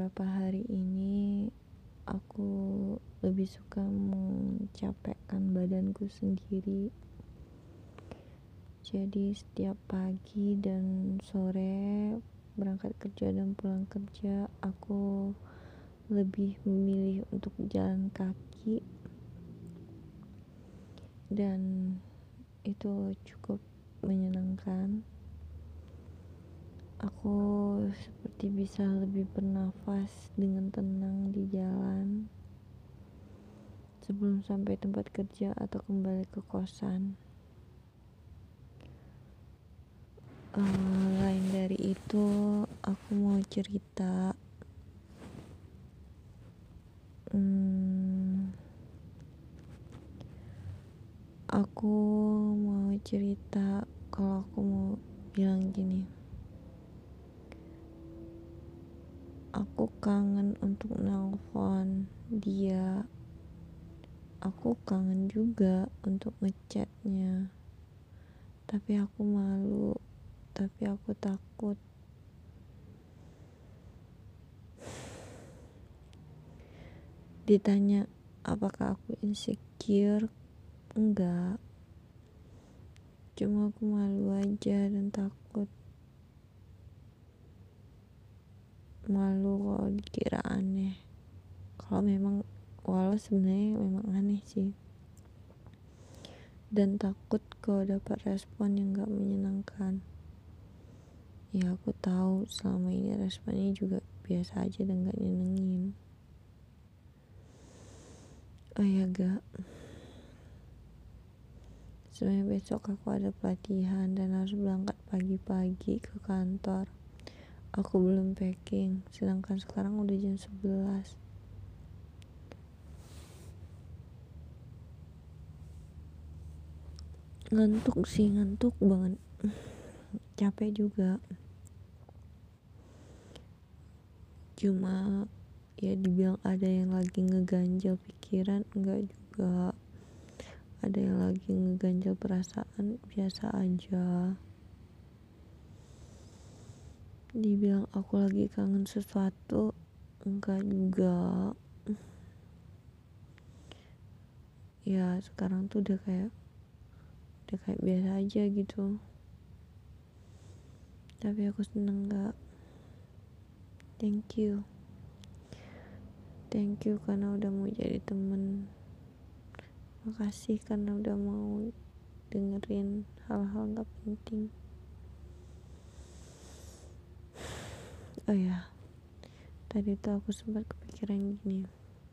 beberapa hari ini aku lebih suka mencapekkan badanku sendiri. Jadi setiap pagi dan sore berangkat kerja dan pulang kerja, aku lebih memilih untuk jalan kaki, dan itu cukup menyenangkan. Aku seperti bisa lebih bernafas dengan tenang di jalan sebelum sampai tempat kerja atau kembali ke kosan. Lain dari itu, aku mau cerita. Aku mau cerita kalau aku mau bilang gini. Aku kangen untuk nelpon dia. Aku kangen juga untuk ngechatnya. Tapi aku malu. Tapi aku takut. Ditanya apakah aku insecure? Enggak. Cuma aku malu aja dan takut. Malu kalau dikira aneh. Walau sebenarnya memang aneh sih. Dan takut kalau dapat respon yang gak menyenangkan. Ya aku tahu selama ini responnya juga biasa aja dan gak nyenengin. Oh ya gak, sebenarnya besok aku ada pelatihan dan harus berangkat pagi-pagi ke kantor. Aku belum packing, sedangkan sekarang udah jam 11. Ngantuk banget. Capek juga. Cuma ya dibilang ada yang lagi ngeganjel pikiran, enggak juga. Ada yang lagi ngeganjel perasaan, biasa aja. Dibilang aku lagi kangen sesuatu, enggak juga. Ya sekarang tuh udah kayak biasa aja gitu. Tapi aku seneng gak. Thank you karena udah mau jadi temen. Makasih karena udah mau dengerin hal-hal gak penting. Oh ya, tadi tuh aku sempat kepikiran gini.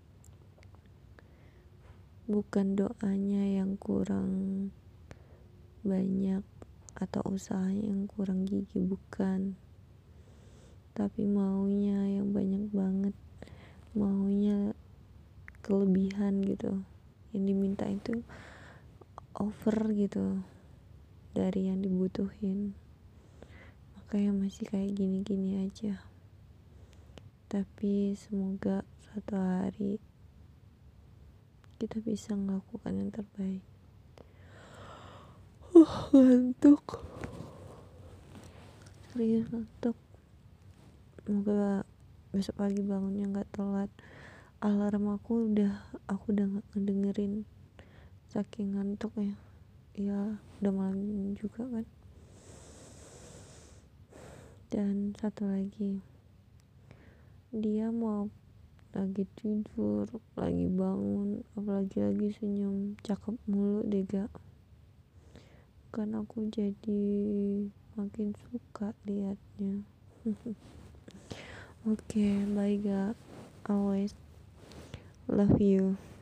Bukan doanya yang kurang banyak atau usahanya yang kurang gigi, bukan. Tapi maunya yang banyak banget. Maunya kelebihan gitu. Yang diminta itu over gitu dari yang dibutuhin. Makanya masih kayak gini-gini aja. Tapi semoga suatu hari kita bisa melakukan yang terbaik. Ngantuk. Serius ngantuk. Semoga besok pagi bangunnya gak telat. Alarm aku udah gak ngedengerin saking ngantuk ya. Ya udah malam juga kan. Dan satu lagi, dia mau lagi tidur, lagi bangun, apalagi lagi senyum, cakep mulu deh gak. Kan aku jadi makin suka liatnya. Oke, bye gak. Always love you.